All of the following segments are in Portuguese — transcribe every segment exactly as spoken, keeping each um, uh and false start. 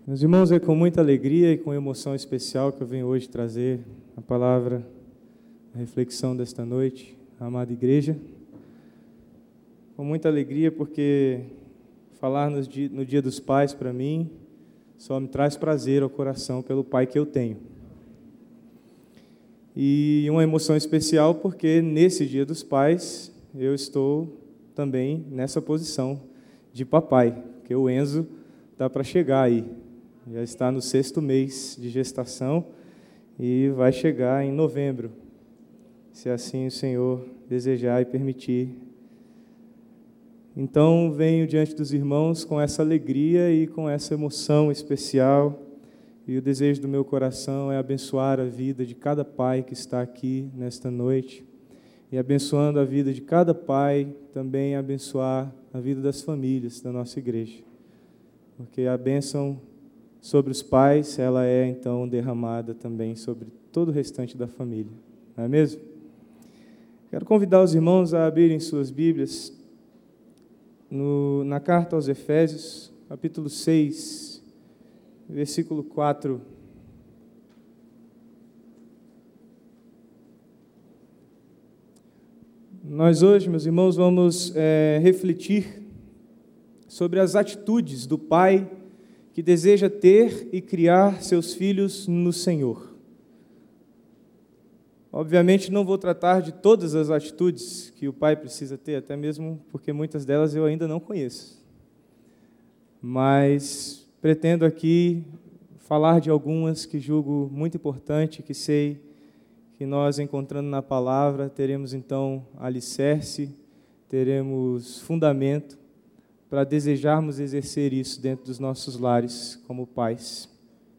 Meus irmãos, é com muita alegria e com emoção especial que eu venho hoje trazer a palavra, a reflexão desta noite, a amada igreja. Com muita alegria, porque falar no dia, no dia dos pais, para mim, só me traz prazer ao coração pelo pai que eu tenho. E uma emoção especial, porque nesse dia dos pais, eu estou também nessa posição de papai, porque o Enzo está para chegar aí. Já está no sexto mês de gestação e vai chegar em novembro, se assim o Senhor desejar e permitir. Então, venho diante dos irmãos com essa alegria e com essa emoção especial, e o desejo do meu coração é abençoar a vida de cada pai que está aqui nesta noite, e abençoando a vida de cada pai, também abençoar a vida das famílias da nossa igreja, porque a bênção sobre os pais, ela é então derramada também sobre todo o restante da família, não é mesmo? Quero convidar os irmãos a abrirem suas Bíblias no, na carta aos Efésios, capítulo seis, versículo quatro. Nós hoje, meus irmãos, vamos é, refletir sobre as atitudes do pai que deseja ter e criar seus filhos no Senhor. Obviamente, não vou tratar de todas as atitudes que o pai precisa ter, até mesmo porque muitas delas eu ainda não conheço. Mas pretendo aqui falar de algumas que julgo muito importante, que sei que nós, encontrando na palavra, teremos então alicerce, teremos fundamento para desejarmos exercer isso dentro dos nossos lares como pais.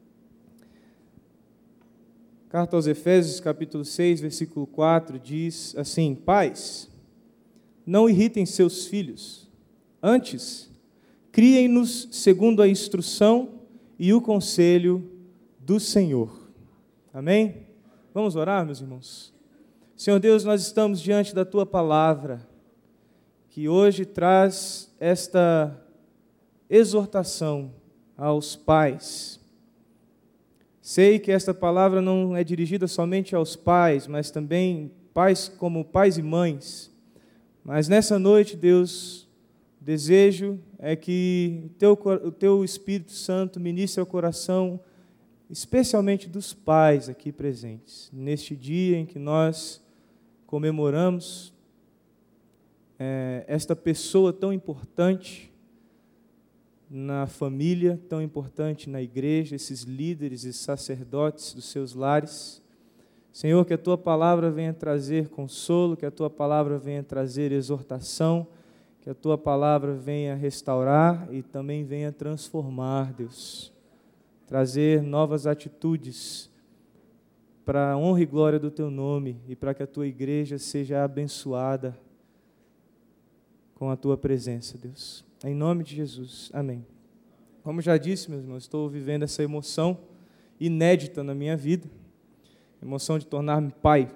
Carta aos Efésios, capítulo seis, versículo quatro, diz assim: Pais, não irritem seus filhos, antes, criem-nos segundo a instrução e o conselho do Senhor. Amém? Vamos orar, meus irmãos? Senhor Deus, nós estamos diante da Tua palavra, que hoje traz esta exortação aos pais. Sei que esta palavra não é dirigida somente aos pais, mas também pais como pais e mães. Mas nessa noite, Deus, o desejo é que o teu, o teu Espírito Santo ministre ao coração, especialmente dos pais aqui presentes, neste dia em que nós comemoramos É, esta pessoa tão importante na família, tão importante na igreja, esses líderes e sacerdotes dos seus lares. Senhor, que a Tua palavra venha trazer consolo, que a Tua palavra venha trazer exortação, que a Tua palavra venha restaurar e também venha transformar, Deus, trazer novas atitudes para a honra e glória do Teu nome e para que a Tua igreja seja abençoada com a Tua presença, Deus. Em nome de Jesus. Amém. Como já disse, meus irmãos, estou vivendo essa emoção inédita na minha vida, emoção de tornar-me pai.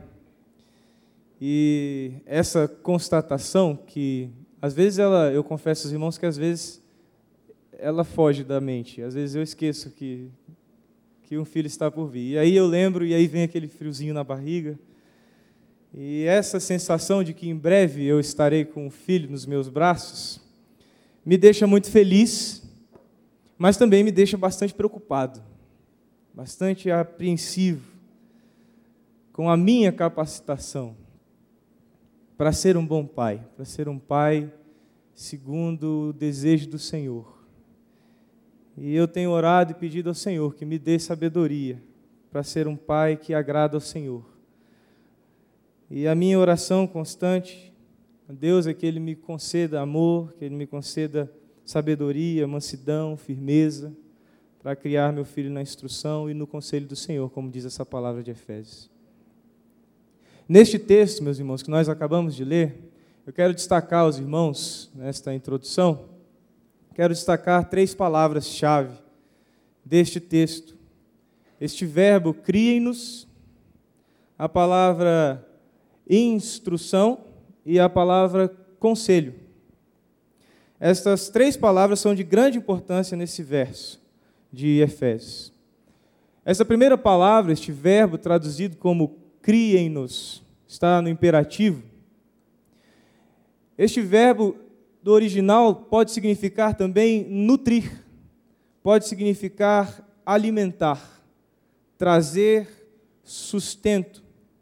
E essa constatação que, às vezes, ela, eu confesso aos irmãos que, às vezes, ela foge da mente. Às vezes eu esqueço que, que um filho está por vir. E aí eu lembro, e aí vem aquele friozinho na barriga. E essa sensação de que em breve eu estarei com um filho nos meus braços me deixa muito feliz, mas também me deixa bastante preocupado, bastante apreensivo com a minha capacitação para ser um bom pai, para ser um pai segundo o desejo do Senhor. E eu tenho orado e pedido ao Senhor que me dê sabedoria para ser um pai que agrada ao Senhor. E a minha oração constante a Deus é que Ele me conceda amor, que Ele me conceda sabedoria, mansidão, firmeza, para criar meu filho na instrução e no conselho do Senhor, como diz essa palavra de Efésios. Neste texto, meus irmãos, que nós acabamos de ler, eu quero destacar aos irmãos, nesta introdução, quero destacar três palavras-chave deste texto. Este verbo, criem-nos, a palavra instrução e a palavra conselho. Estas três palavras são de grande importância nesse verso. de Efésios. Essa primeira palavra, este verbo traduzido como criem-nos, está no imperativo. Este verbo do original pode significar também nutrir, pode significar alimentar, trazer sustento.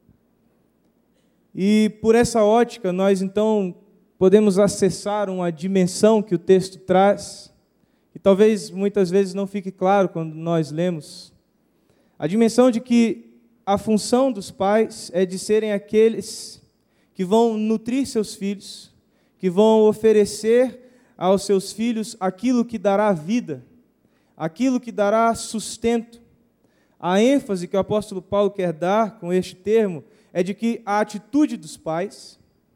E por essa ótica, nós então podemos acessar uma dimensão que o texto traz, e talvez muitas vezes não fique claro quando nós lemos, a dimensão de que a função dos pais é de serem aqueles que vão nutrir seus filhos, que vão oferecer aos seus filhos aquilo que dará vida, aquilo que dará sustento. A ênfase que o apóstolo Paulo quer dar com este termo é de que a atitude dos pais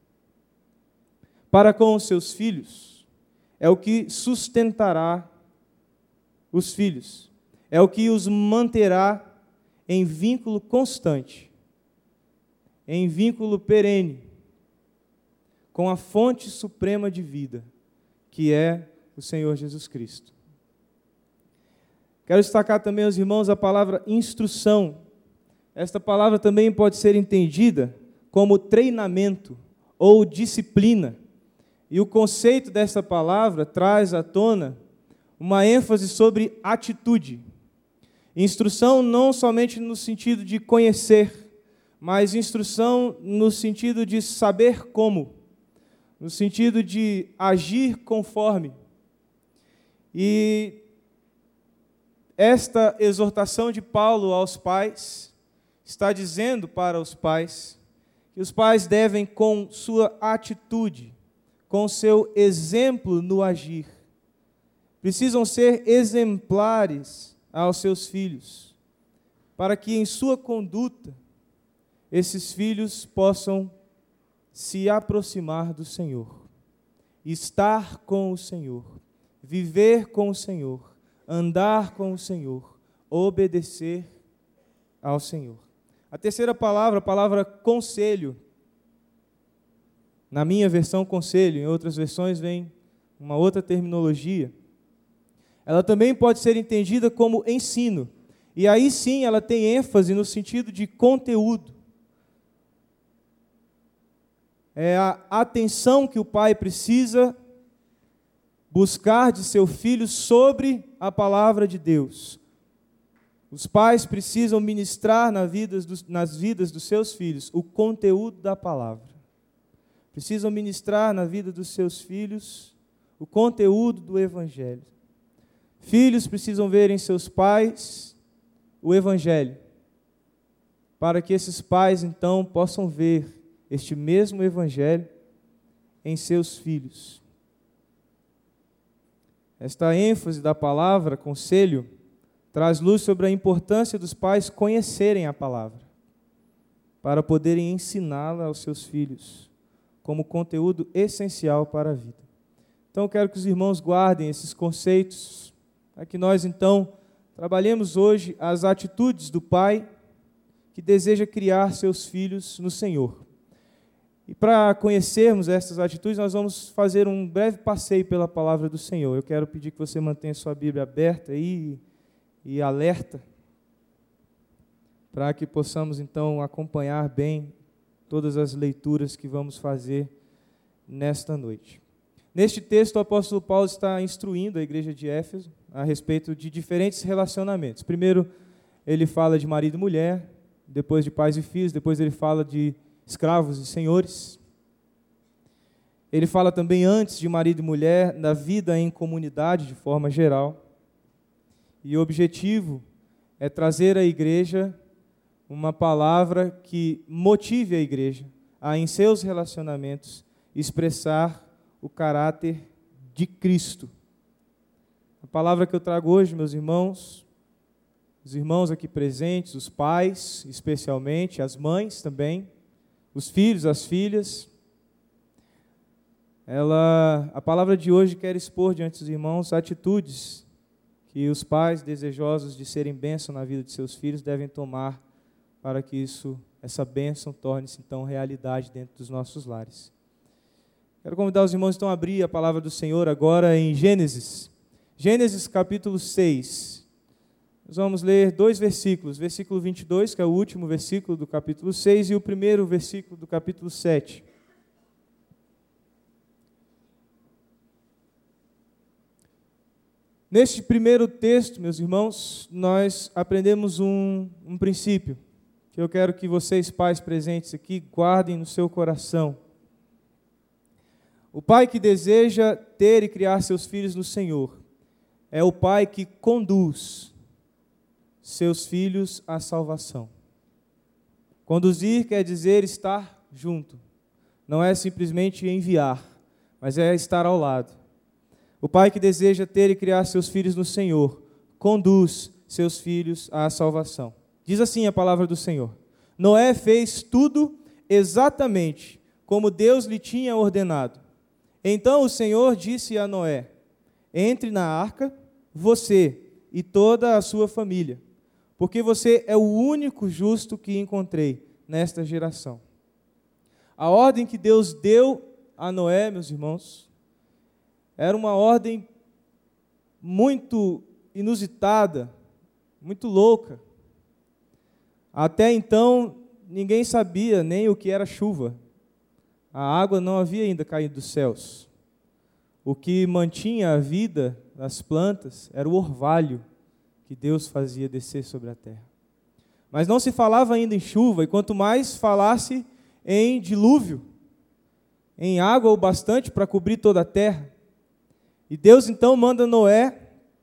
para com os seus filhos é o que sustentará os filhos, é o que os manterá em vínculo constante, em vínculo perene, com a fonte suprema de vida, que é o Senhor Jesus Cristo. Quero destacar também aos irmãos a palavra instrução. Esta palavra também pode ser entendida como treinamento ou disciplina. E o conceito desta palavra traz à tona uma ênfase sobre atitude. Instrução não somente no sentido de conhecer, mas instrução no sentido de saber como, no sentido de agir conforme. E esta exortação de Paulo aos pais está dizendo para os pais que os pais devem, com sua atitude, com seu exemplo no agir, precisam ser exemplares aos seus filhos, para que em sua conduta esses filhos possam se aproximar do Senhor, estar com o Senhor, viver com o Senhor, andar com o Senhor, obedecer ao Senhor. A terceira palavra, a palavra conselho. Na minha versão, conselho, em outras versões vem uma outra terminologia. Ela também pode ser entendida como ensino. E aí sim ela tem ênfase no sentido de conteúdo. É a atenção que o pai precisa buscar de seu filho sobre a palavra de Deus. Os pais precisam ministrar nas vidas dos, nas vidas dos seus filhos o conteúdo da palavra. Precisam ministrar na vida dos seus filhos o conteúdo do Evangelho. Filhos precisam ver em seus pais o Evangelho, para que esses pais então possam ver este mesmo Evangelho em seus filhos. Esta ênfase da palavra, conselho, traz luz sobre a importância dos pais conhecerem a palavra, para poderem ensiná-la aos seus filhos, como conteúdo essencial para a vida. Então, eu quero que os irmãos guardem esses conceitos, para que nós, então, trabalhemos hoje as atitudes do pai que deseja criar seus filhos no Senhor. E para conhecermos essas atitudes, nós vamos fazer um breve passeio pela palavra do Senhor. Eu quero pedir que você mantenha sua Bíblia aberta aí e alerta, para que possamos então acompanhar bem todas as leituras que vamos fazer nesta noite. Neste texto, o apóstolo Paulo está instruindo a igreja de Éfeso a respeito de diferentes relacionamentos. Primeiro, ele fala de marido e mulher, depois de pais e filhos, depois ele fala de escravos e senhores. Ele fala também antes de marido e mulher, da vida em comunidade de forma geral. E o objetivo é trazer à igreja uma palavra que motive a igreja a, em seus relacionamentos, expressar o caráter de Cristo. A palavra que eu trago hoje, meus irmãos, os irmãos aqui presentes, os pais, especialmente, as mães também, os filhos, as filhas, ela, a palavra de hoje quer expor diante dos irmãos atitudes que os pais desejosos de serem bênção na vida de seus filhos devem tomar para que isso, essa bênção torne-se então realidade dentro dos nossos lares. Quero convidar os irmãos então a abrir a palavra do Senhor agora em Gênesis. Gênesis capítulo seis. Nós vamos ler dois versículos, versículo vinte e dois, que é o último versículo do capítulo seis, e o primeiro versículo do capítulo sete. Neste primeiro texto, meus irmãos, nós aprendemos um, um princípio, que eu quero que vocês, pais presentes aqui, guardem no seu coração. O pai que deseja ter e criar seus filhos no Senhor é o pai que conduz seus filhos à salvação. Conduzir quer dizer estar junto. Não é simplesmente enviar, mas é estar ao lado. O pai que deseja ter e criar seus filhos no Senhor conduz seus filhos à salvação. Diz assim a palavra do Senhor: Noé fez tudo exatamente como Deus lhe tinha ordenado. Então o Senhor disse a Noé: entre na arca, você e toda a sua família, porque você é o único justo que encontrei nesta geração. A ordem que Deus deu a Noé, meus irmãos, era uma ordem muito inusitada, muito louca. Até então, ninguém sabia nem o que era chuva. A água não havia ainda caído dos céus. O que mantinha a vida das plantas era o orvalho que Deus fazia descer sobre a terra. Mas não se falava ainda em chuva, e quanto mais falasse em dilúvio, em água o bastante para cobrir toda a terra. E Deus então manda Noé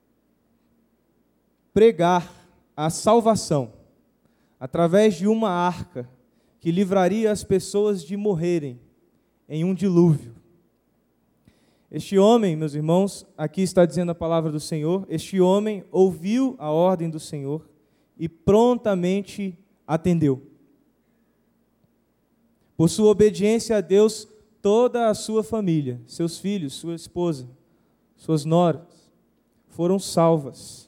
pregar a salvação através de uma arca que livraria as pessoas de morrerem em um dilúvio. Este homem, meus irmãos, aqui está dizendo a palavra do Senhor, este homem ouviu a ordem do Senhor e prontamente atendeu. Por sua obediência a Deus, toda a sua família, seus filhos, sua esposa, suas noras, foram salvas.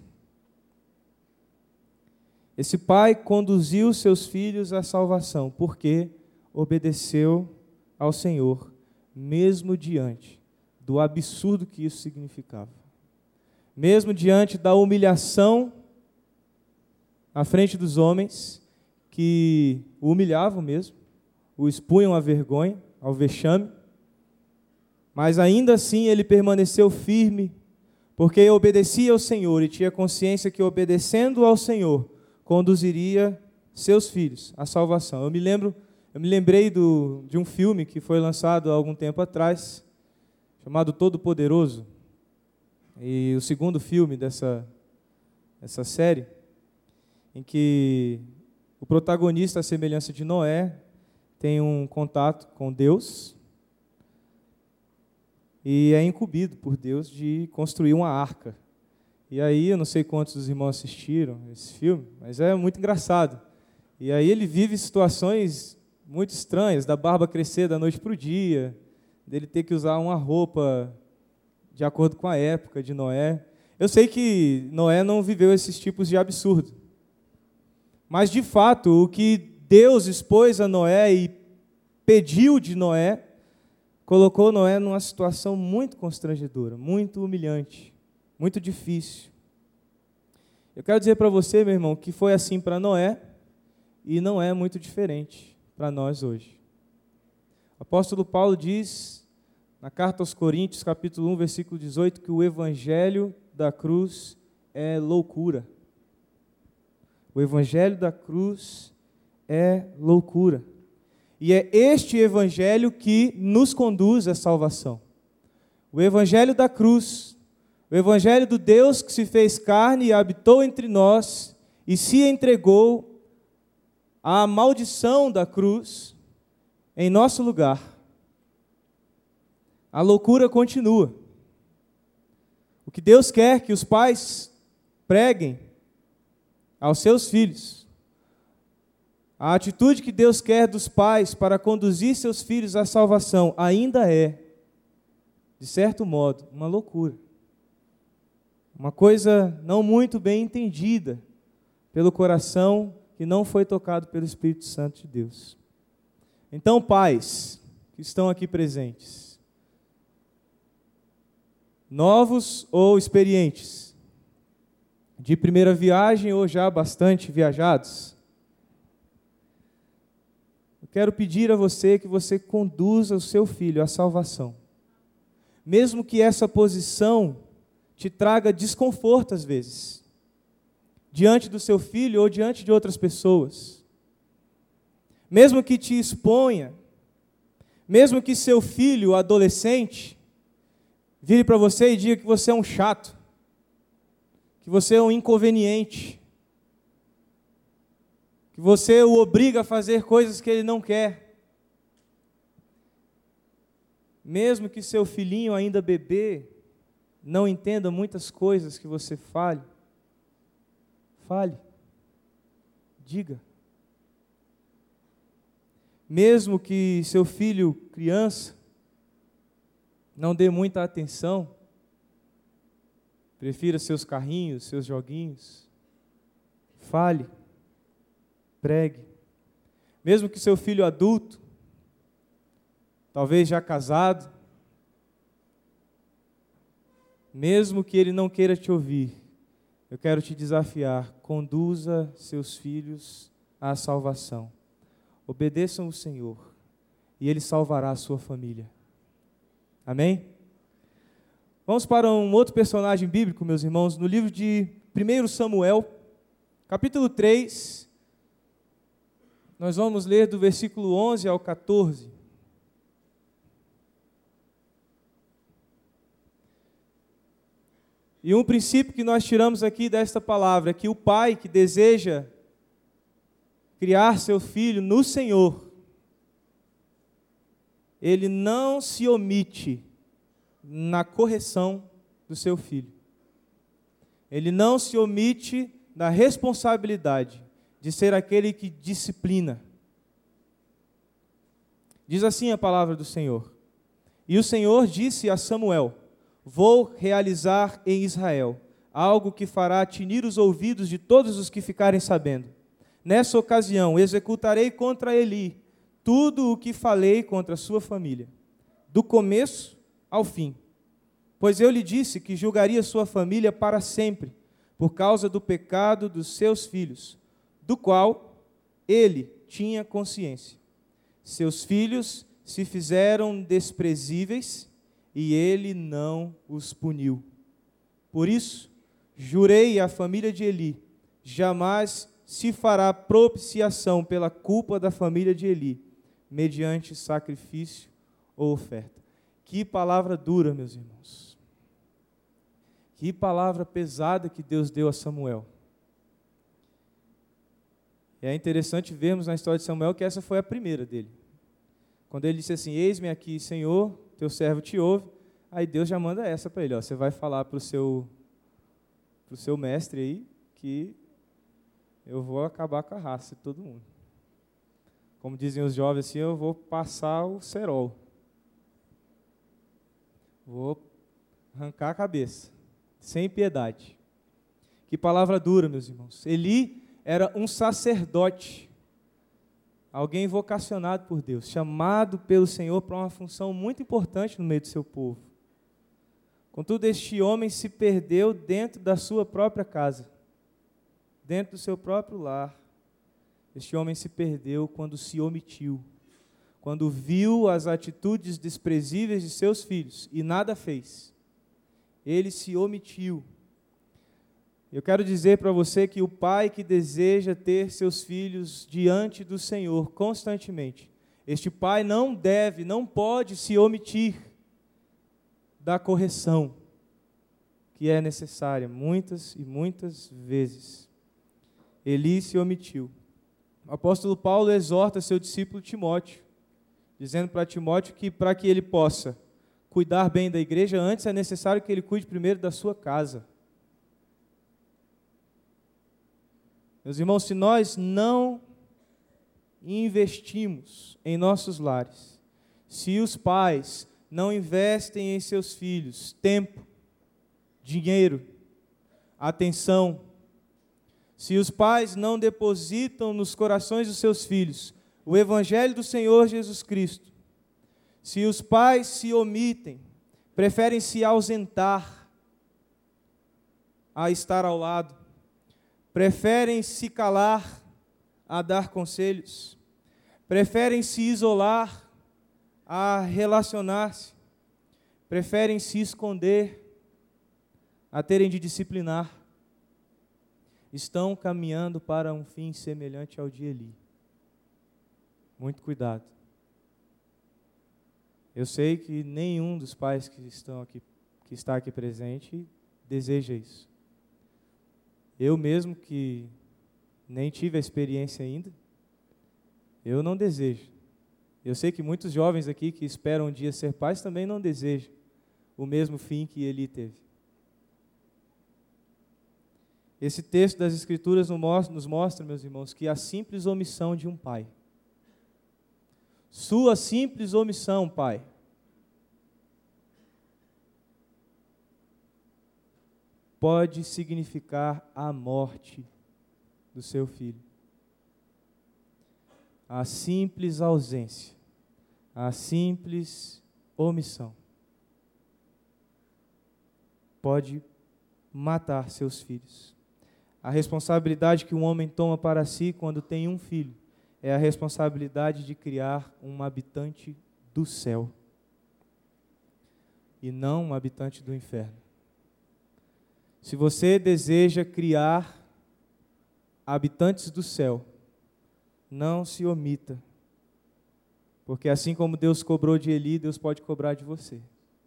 Esse pai conduziu seus filhos à salvação, porque obedeceu ao Senhor, mesmo diante do absurdo que isso significava. Mesmo diante da humilhação à frente dos homens, que o humilhavam mesmo, o expunham à vergonha, ao vexame, mas ainda assim ele permaneceu firme, porque obedecia ao Senhor e tinha consciência que obedecendo ao Senhor, conduziria seus filhos à salvação. Eu me lembro, eu me lembrei do, de um filme que foi lançado há algum tempo atrás, chamado Todo-Poderoso, e o segundo filme dessa, dessa série, em que o protagonista, à semelhança de Noé, tem um contato com Deus e é incumbido por Deus de construir uma arca. E aí, eu não sei quantos dos irmãos assistiram esse filme, mas é muito engraçado. E aí ele vive situações muito estranhas, da barba crescer da noite para o dia, dele ter que usar uma roupa de acordo com a época de Noé. Eu sei que Noé não viveu esses tipos de absurdo. Mas, de fato, o que Deus expôs a Noé e pediu de Noé, colocou Noé numa situação muito constrangedora, muito humilhante, muito difícil. Eu quero dizer para você, meu irmão, que foi assim para Noé e não é muito diferente para nós hoje. O apóstolo Paulo diz, na carta aos Coríntios, capítulo um, versículo dezoito, que o evangelho da cruz é loucura. O evangelho da cruz é loucura. E é este evangelho que nos conduz à salvação. O evangelho da cruz, o evangelho do Deus que se fez carne e habitou entre nós e se entregou à maldição da cruz em nosso lugar. A loucura continua. O que Deus quer que os pais preguem aos seus filhos, a atitude que Deus quer dos pais para conduzir seus filhos à salvação ainda é, de certo modo, uma loucura. Uma coisa não muito bem entendida pelo coração que não foi tocado pelo Espírito Santo de Deus. Então, pais que estão aqui presentes, novos ou experientes, de primeira viagem ou já bastante viajados, eu quero pedir a você que você conduza o seu filho à salvação. Mesmo que essa posição te traga desconforto às vezes, diante do seu filho ou diante de outras pessoas. Mesmo que te exponha, mesmo que seu filho, adolescente, vire para você e diga que você é um chato, que você é um inconveniente, que você o obriga a fazer coisas que ele não quer. Mesmo que seu filhinho ainda bebê não entenda muitas coisas que você fale, fale, diga. Mesmo que seu filho, criança, não dê muita atenção, prefira seus carrinhos, seus joguinhos, fale, pregue. Mesmo que seu filho adulto, talvez já casado, mesmo que ele não queira te ouvir, eu quero te desafiar, conduza seus filhos à salvação. Obedeçam o Senhor e Ele salvará a sua família. Amém? Vamos para um outro personagem bíblico, meus irmãos, no livro de primeiro Samuel, capítulo três, nós vamos ler do versículo onze ao quatorze. E um princípio que nós tiramos aqui desta palavra é que o pai que deseja criar seu filho no Senhor, ele não se omite na correção do seu filho. Ele não se omite da responsabilidade de ser aquele que disciplina. Diz assim a palavra do Senhor: E o Senhor disse a Samuel: Vou realizar em Israel algo que fará tinir os ouvidos de todos os que ficarem sabendo. Nessa ocasião, executarei contra Eli tudo o que falei contra a sua família, do começo ao fim. Pois eu lhe disse que julgaria sua família para sempre, por causa do pecado dos seus filhos, do qual ele tinha consciência. Seus filhos se fizeram desprezíveis e ele não os puniu. Por isso, jurei à família de Eli, jamais se fará propiciação pela culpa da família de Eli, mediante sacrifício ou oferta. Que palavra dura, meus irmãos. Que palavra pesada que Deus deu a Samuel. E é interessante vermos na história de Samuel que essa foi a primeira dele. Quando ele disse assim: Eis-me aqui, Senhor, teu servo te ouve. Aí Deus já manda essa para ele: ó, você vai falar para o seu, pro seu mestre aí que eu vou acabar com a raça de todo mundo. Como dizem os jovens assim, eu vou passar o cerol. Vou arrancar a cabeça, sem piedade. Que palavra dura, meus irmãos. Eli era um sacerdote, alguém vocacionado por Deus, chamado pelo Senhor para uma função muito importante no meio do seu povo. Contudo, este homem se perdeu dentro da sua própria casa, dentro do seu próprio lar. Este homem se perdeu quando se omitiu, quando viu as atitudes desprezíveis de seus filhos e nada fez. Ele se omitiu. Eu quero dizer para você que o pai que deseja ter seus filhos diante do Senhor constantemente, este pai não deve, não pode se omitir da correção que é necessária muitas e muitas vezes. Eli se omitiu. O apóstolo Paulo exorta seu discípulo Timóteo, dizendo para Timóteo que para que ele possa cuidar bem da igreja, antes é necessário que ele cuide primeiro da sua casa. Meus irmãos, se nós não investimos em nossos lares, se os pais não investem em seus filhos tempo, dinheiro, atenção, se os pais não depositam nos corações dos seus filhos o Evangelho do Senhor Jesus Cristo, se os pais se omitem, preferem se ausentar a estar ao lado, preferem se calar a dar conselhos, preferem se isolar a relacionar-se, preferem se esconder a terem de disciplinar. Estão caminhando para um fim semelhante ao de Eli. Muito cuidado. Eu sei que nenhum dos pais que estão aqui, que está aqui presente, deseja isso. Eu mesmo, que nem tive a experiência ainda, eu não desejo. Eu sei que muitos jovens aqui que esperam um dia ser pais também não desejam o mesmo fim que Eli teve. Esse texto das Escrituras nos mostra, meus irmãos, que a simples omissão de um pai, sua simples omissão, pai, pode significar a morte do seu filho. A simples ausência, a simples omissão pode matar seus filhos. A responsabilidade que um homem toma para si quando tem um filho é a responsabilidade de criar um habitante do céu e não um habitante do inferno. Se você deseja criar habitantes do céu, não se omita, porque assim como Deus cobrou de Eli, Deus pode cobrar de você.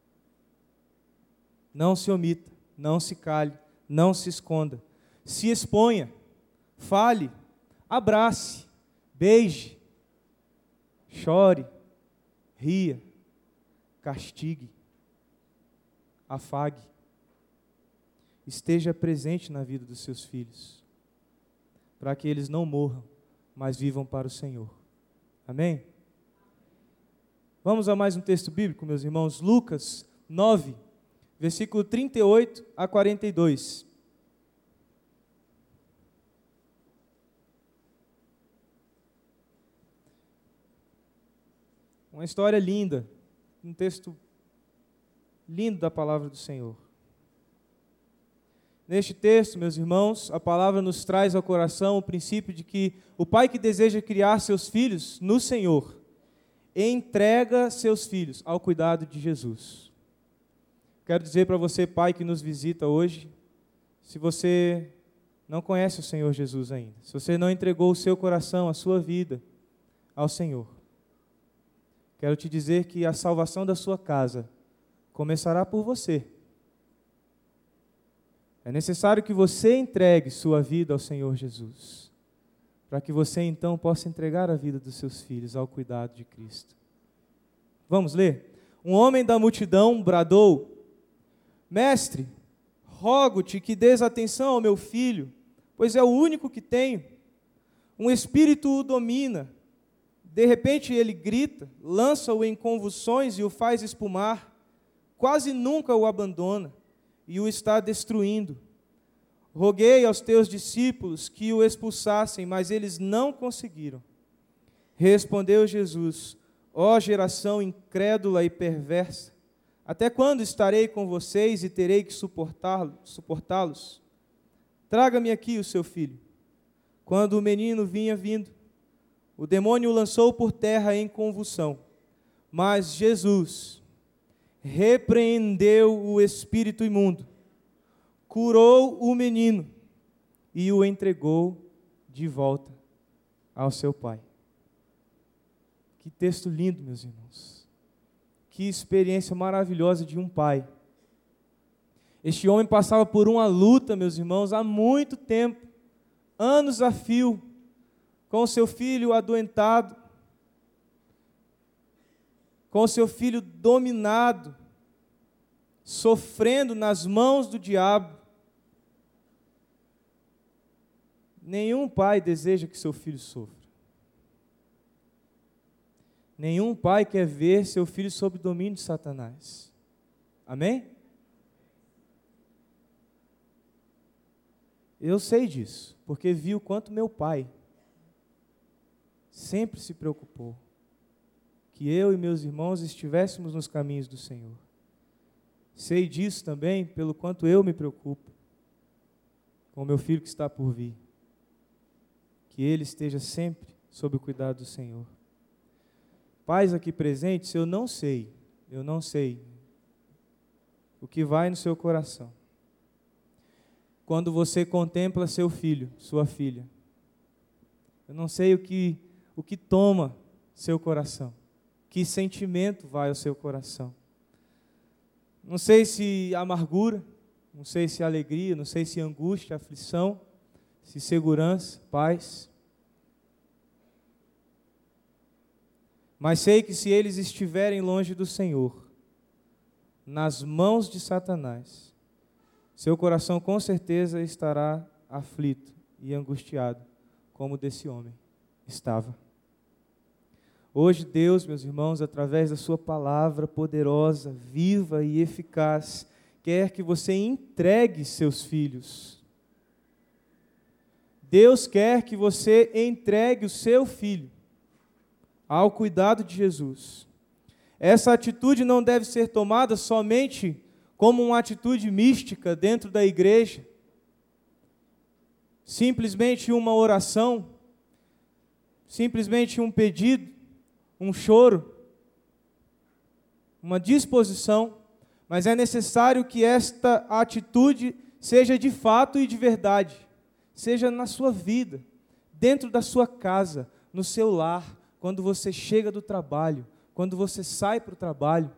Não se omita, não se cale, não se esconda. Se exponha, fale, abrace, beije, chore, ria, castigue, afague. Esteja presente na vida dos seus filhos, para que eles não morram, mas vivam para o Senhor. Amém? Vamos a mais um texto bíblico, meus irmãos. Lucas nove, versículo trinta e oito a quarenta e dois. Uma história linda, um texto lindo da palavra do Senhor. Neste texto, meus irmãos, a palavra nos traz ao coração o princípio de que o pai que deseja criar seus filhos no Senhor, entrega seus filhos ao cuidado de Jesus. Quero dizer para você, pai que nos visita hoje, se você não conhece o Senhor Jesus ainda, se você não entregou o seu coração, a sua vida ao Senhor, quero te dizer que a salvação da sua casa começará por você. É necessário que você entregue sua vida ao Senhor Jesus, para que você então possa entregar a vida dos seus filhos ao cuidado de Cristo. Vamos ler? Um homem da multidão bradou: Mestre, rogo-te que dês atenção ao meu filho, pois é o único que tenho. Um espírito o domina. De repente ele grita, lança-o em convulsões e o faz espumar. Quase nunca o abandona e o está destruindo. Roguei aos teus discípulos que o expulsassem, mas eles não conseguiram. Respondeu Jesus: Ó geração incrédula e perversa, até quando estarei com vocês e terei que suportá-los? suportá-los? Traga-me aqui o seu filho. Quando o menino vinha vindo, o demônio o lançou por terra em convulsão. Mas Jesus repreendeu o espírito imundo, curou o menino e o entregou de volta ao seu pai. Que texto lindo, meus irmãos. Que experiência maravilhosa de um pai. Este homem passava por uma luta, meus irmãos, há muito tempo, anos a fio, com seu filho adoentado, com seu filho dominado, sofrendo nas mãos do diabo. Nenhum pai deseja que seu filho sofra. Nenhum pai quer ver seu filho sob domínio de Satanás. Amém? Eu sei disso, porque vi o quanto meu pai sempre se preocupou que eu e meus irmãos estivéssemos nos caminhos do Senhor. Sei disso também pelo quanto eu me preocupo com o meu filho que está por vir. Que ele esteja sempre sob o cuidado do Senhor. Pais aqui presentes, eu não sei, eu não sei o que vai no seu coração quando você contempla seu filho, sua filha. Eu não sei o que, o que toma seu coração, que sentimento vai ao seu coração. Não sei se amargura, não sei se alegria, não sei se angústia, aflição, se segurança, paz. Mas sei que se eles estiverem longe do Senhor, nas mãos de Satanás, seu coração com certeza estará aflito e angustiado, como o desse homem estava. Hoje Deus, meus irmãos, através da sua palavra poderosa, viva e eficaz, quer que você entregue seus filhos. Deus quer que você entregue o seu filho ao cuidado de Jesus. Essa atitude não deve ser tomada somente como uma atitude mística dentro da igreja, simplesmente uma oração, simplesmente um pedido, um choro, uma disposição, mas é necessário que esta atitude seja de fato e de verdade, seja na sua vida, dentro da sua casa, no seu lar, quando você chega do trabalho, quando você sai para o trabalho.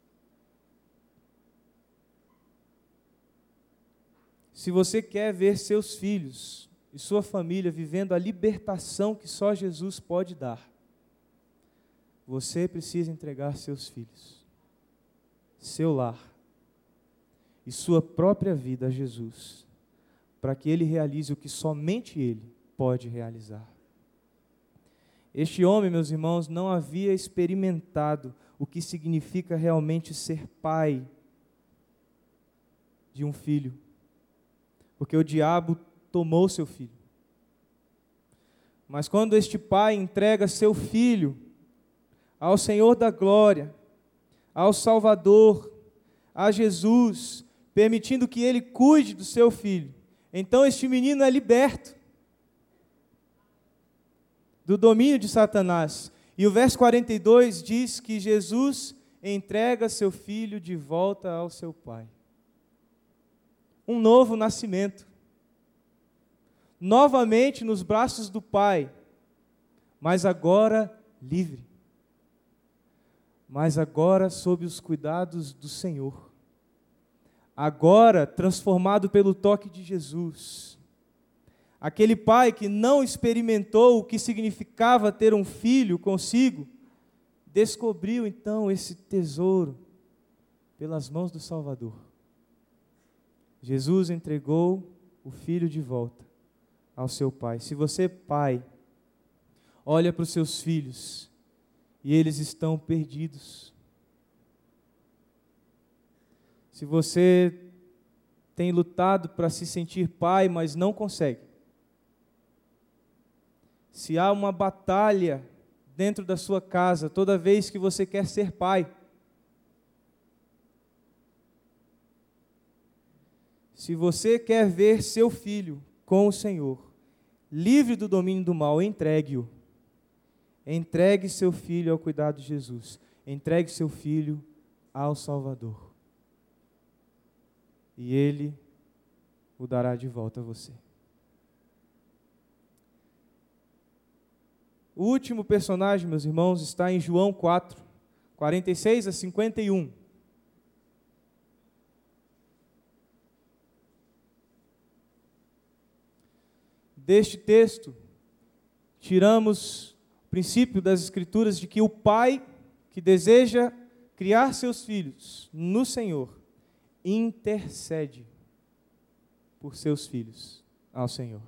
Se você quer ver seus filhos e sua família vivendo a libertação que só Jesus pode dar, você precisa entregar seus filhos, seu lar e sua própria vida a Jesus, para que Ele realize o que somente Ele pode realizar. Este homem, meus irmãos, não havia experimentado o que significa realmente ser pai de um filho, porque o diabo tomou seu filho. Mas quando este pai entrega seu filho ao Senhor da glória, ao Salvador, a Jesus, permitindo que Ele cuide do seu filho, então este menino é liberto do domínio de Satanás. E o verso quarenta e dois diz que Jesus entrega seu filho de volta ao seu pai. Um novo nascimento. Novamente nos braços do pai, mas agora livre. Mas agora sob os cuidados do Senhor. Agora transformado pelo toque de Jesus. Aquele pai que não experimentou o que significava ter um filho consigo, descobriu então esse tesouro pelas mãos do Salvador. Jesus entregou o filho de volta ao seu pai. Se você, pai, olha para os seus filhos e eles estão perdidos, se você tem lutado para se sentir pai, mas não consegue, se há uma batalha dentro da sua casa toda vez que você quer ser pai, se você quer ver seu filho com o Senhor, livre do domínio do mal, entregue-o. Entregue seu filho ao cuidado de Jesus. Entregue seu filho ao Salvador. E Ele o dará de volta a você. O último personagem, meus irmãos, está em João quatro, quarenta e seis a cinquenta e um. Deste texto, tiramos o princípio das Escrituras de que o pai que deseja criar seus filhos no Senhor, intercede por seus filhos ao Senhor.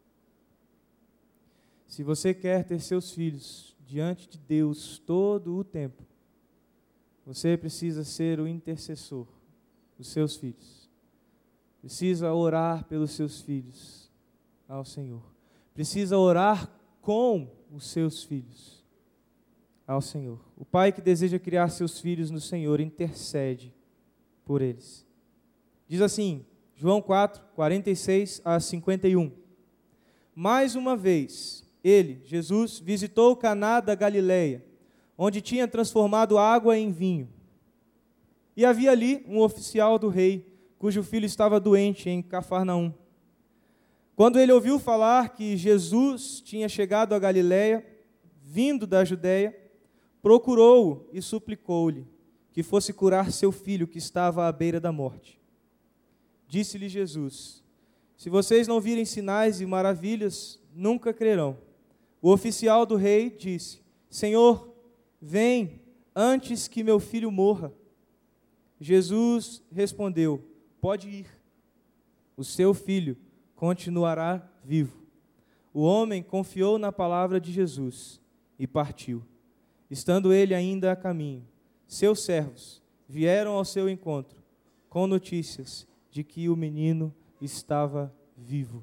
Se você quer ter seus filhos diante de Deus todo o tempo, você precisa ser o intercessor dos seus filhos. Precisa orar pelos seus filhos ao Senhor. Precisa orar com os seus filhos ao Senhor. O pai que deseja criar seus filhos no Senhor intercede por eles. Diz assim, João quatro, quarenta e seis a cinquenta e um. Mais uma vez, ele, Jesus, visitou Caná da Galileia, onde tinha transformado água em vinho. E havia ali um oficial do rei, cujo filho estava doente em Cafarnaum. Quando ele ouviu falar que Jesus tinha chegado a Galileia, vindo da Judeia, procurou-o e suplicou-lhe que fosse curar seu filho, que estava à beira da morte. Disse-lhe Jesus: se vocês não virem sinais e maravilhas, nunca crerão. O oficial do rei disse: Senhor, vem antes que meu filho morra. Jesus respondeu: pode ir, o seu filho continuará vivo. O homem confiou na palavra de Jesus e partiu. Estando ele ainda a caminho, seus servos vieram ao seu encontro com notícias de que o menino estava vivo.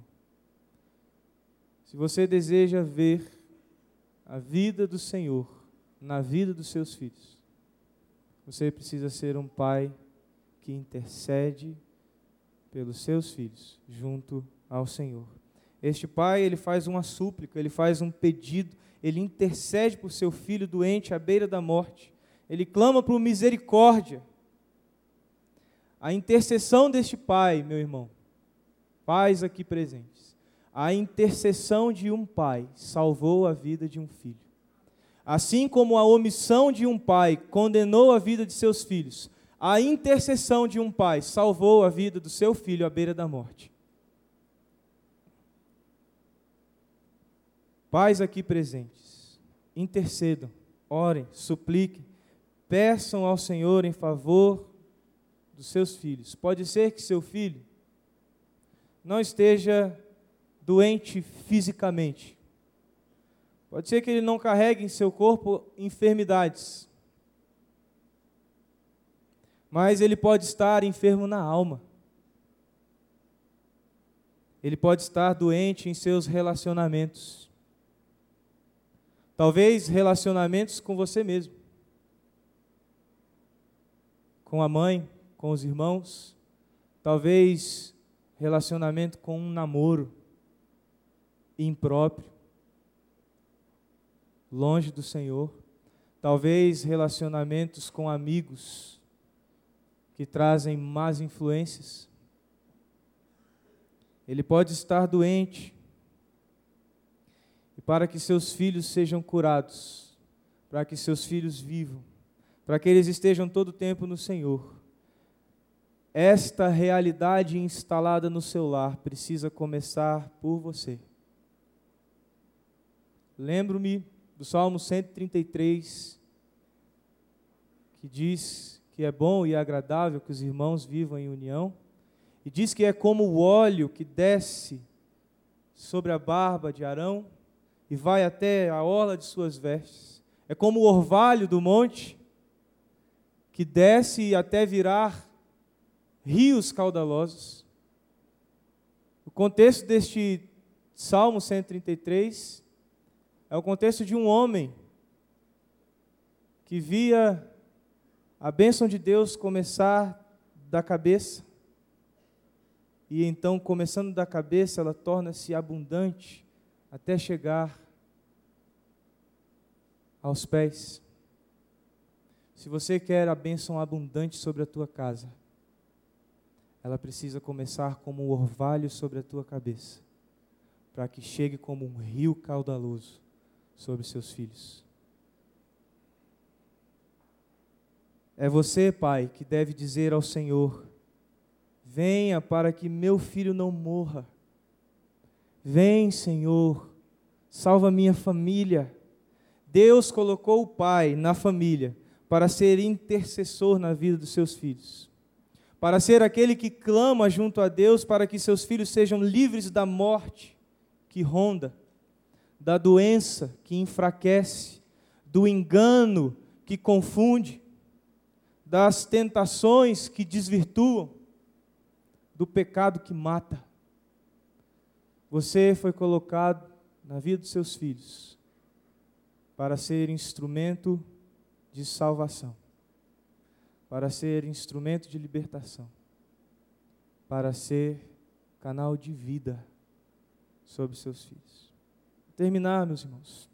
Se você deseja ver a vida do Senhor na vida dos seus filhos, você precisa ser um pai que intercede pelos seus filhos junto ao Senhor. Este pai, ele faz uma súplica, ele faz um pedido, ele intercede por seu filho doente à beira da morte. Ele clama por misericórdia. A intercessão deste pai, meu irmão, pais aqui presentes, a intercessão de um pai salvou a vida de um filho. Assim como a omissão de um pai condenou a vida de seus filhos, a intercessão de um pai salvou a vida do seu filho à beira da morte. Pais aqui presentes, intercedam, orem, supliquem, peçam ao Senhor em favor dos seus filhos. Pode ser que seu filho não esteja doente fisicamente. Pode ser que ele não carregue em seu corpo enfermidades. Mas ele pode estar enfermo na alma. Ele pode estar doente em seus relacionamentos. Talvez relacionamentos com você mesmo. Com a mãe, com os irmãos, talvez relacionamento com um namoro impróprio, longe do Senhor, talvez relacionamentos com amigos que trazem más influências. Ele pode estar doente, e para que seus filhos sejam curados, para que seus filhos vivam, para que eles estejam todo o tempo no Senhor, esta realidade instalada no seu lar precisa começar por você. Lembro-me do Salmo cento e trinta e três, que diz que é bom e agradável que os irmãos vivam em união, e diz que é como o óleo que desce sobre a barba de Arão e vai até a orla de suas vestes. É como o orvalho do monte que desce até virar rios caudalosos. O contexto deste Salmo cento e trinta e três é o contexto de um homem que via a bênção de Deus começar da cabeça, e então, começando da cabeça, ela torna-se abundante até chegar aos pés. Se você quer a bênção abundante sobre a tua casa, ela precisa começar como um orvalho sobre a tua cabeça, para que chegue como um rio caudaloso sobre seus filhos. É você, pai, que deve dizer ao Senhor: venha para que meu filho não morra. Vem, Senhor, salva minha família. Deus colocou o pai na família para ser intercessor na vida dos seus filhos, para ser aquele que clama junto a Deus para que seus filhos sejam livres da morte que ronda, da doença que enfraquece, do engano que confunde, das tentações que desvirtuam, do pecado que mata. Você foi colocado na vida dos seus filhos para ser instrumento de salvação, para ser instrumento de libertação. para ser canal de vida sobre seus filhos. Vou terminar, meus irmãos.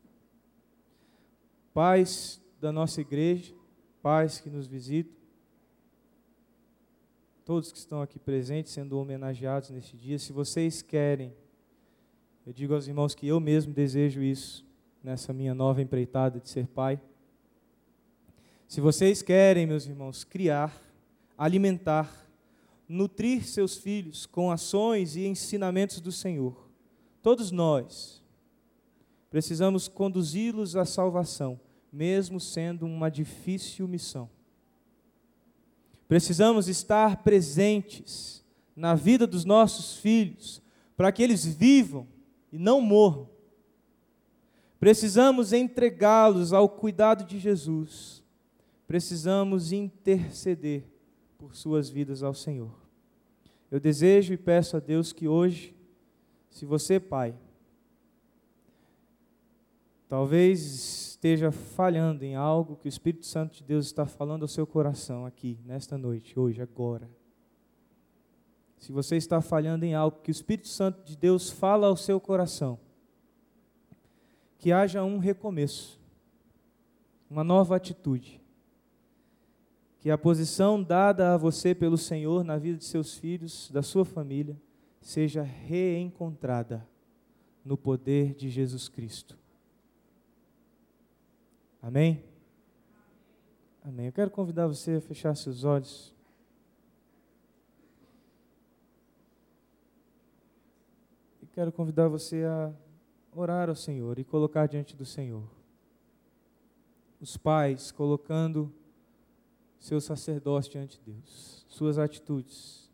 Pais da nossa igreja, pais que nos visitam, todos que estão aqui presentes, sendo homenageados neste dia, se vocês querem, eu digo aos irmãos que eu mesmo desejo isso, nessa minha nova empreitada de ser pai. Se vocês querem, meus irmãos, criar, alimentar, nutrir seus filhos com ações e ensinamentos do Senhor, todos nós precisamos conduzi-los à salvação, mesmo sendo uma difícil missão. Precisamos estar presentes na vida dos nossos filhos, para que eles vivam e não morram. Precisamos entregá-los ao cuidado de Jesus. Precisamos interceder por suas vidas ao Senhor. Eu desejo e peço a Deus que hoje, se você, pai, talvez esteja falhando em algo que o Espírito Santo de Deus está falando ao seu coração aqui, nesta noite, hoje, agora. Se você está falhando em algo que o Espírito Santo de Deus fala ao seu coração, que haja um recomeço, uma nova atitude, que a posição dada a você pelo Senhor na vida de seus filhos, da sua família, seja reencontrada no poder de Jesus Cristo. Amém? Amém. Eu quero convidar você a fechar seus olhos. E quero convidar você a orar ao Senhor e colocar diante do Senhor. Os pais colocando seu sacerdócio diante de Deus, suas atitudes.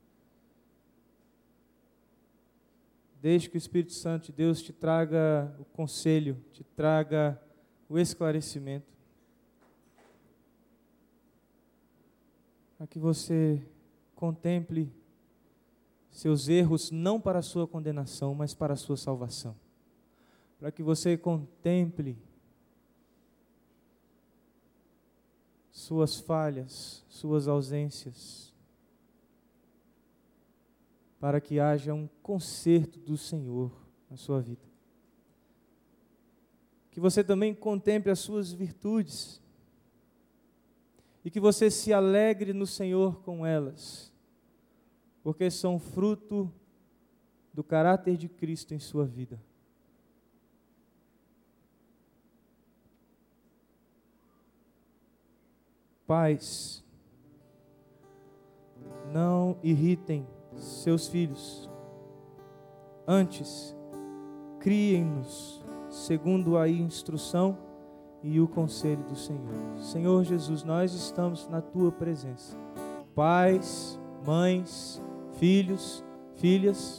Deixe que o Espírito Santo de Deus te traga o conselho, te traga o esclarecimento, para que você contemple seus erros não para a sua condenação, mas para a sua salvação. Para que você contemple suas falhas, suas ausências, para que haja um conserto do Senhor na sua vida. Que você também contemple as suas virtudes e que você se alegre no Senhor com elas, porque são fruto do caráter de Cristo em sua vida. Pais, não irritem seus filhos, antes, criem-nos segundo a instrução e o conselho do Senhor. Senhor Jesus, nós estamos na Tua presença. Pais, mães, filhos, filhas.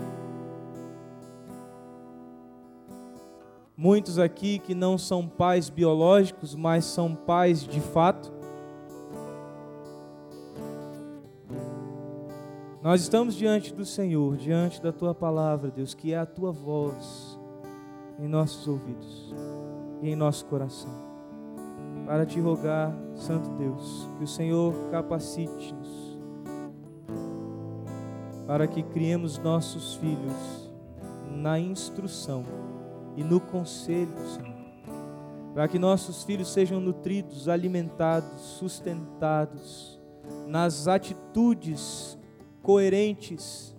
Muitos aqui que não são pais biológicos, mas são pais de fato. Nós estamos diante do Senhor, diante da Tua palavra, Deus, que é a Tua voz em nossos ouvidos e em nosso coração, para Te rogar, Santo Deus, que o Senhor capacite-nos, para que criemos nossos filhos na instrução e no conselho do Senhor, para que nossos filhos sejam nutridos, alimentados, sustentados nas atitudes coerentes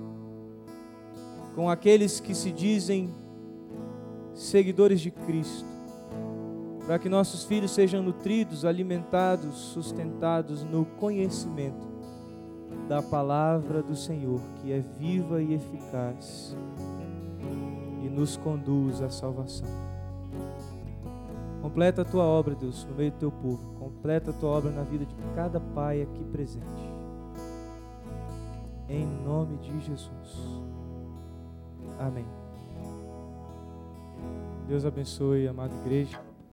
com aqueles que se dizem seguidores de Cristo, para que nossos filhos sejam nutridos, alimentados, sustentados no conhecimento da palavra do Senhor, que é viva e eficaz e nos conduz à salvação. Completa a Tua obra, Deus, no meio do Teu povo. Completa a Tua obra na vida de cada pai aqui presente. Em nome de Jesus. Amém. Deus abençoe, amada igreja.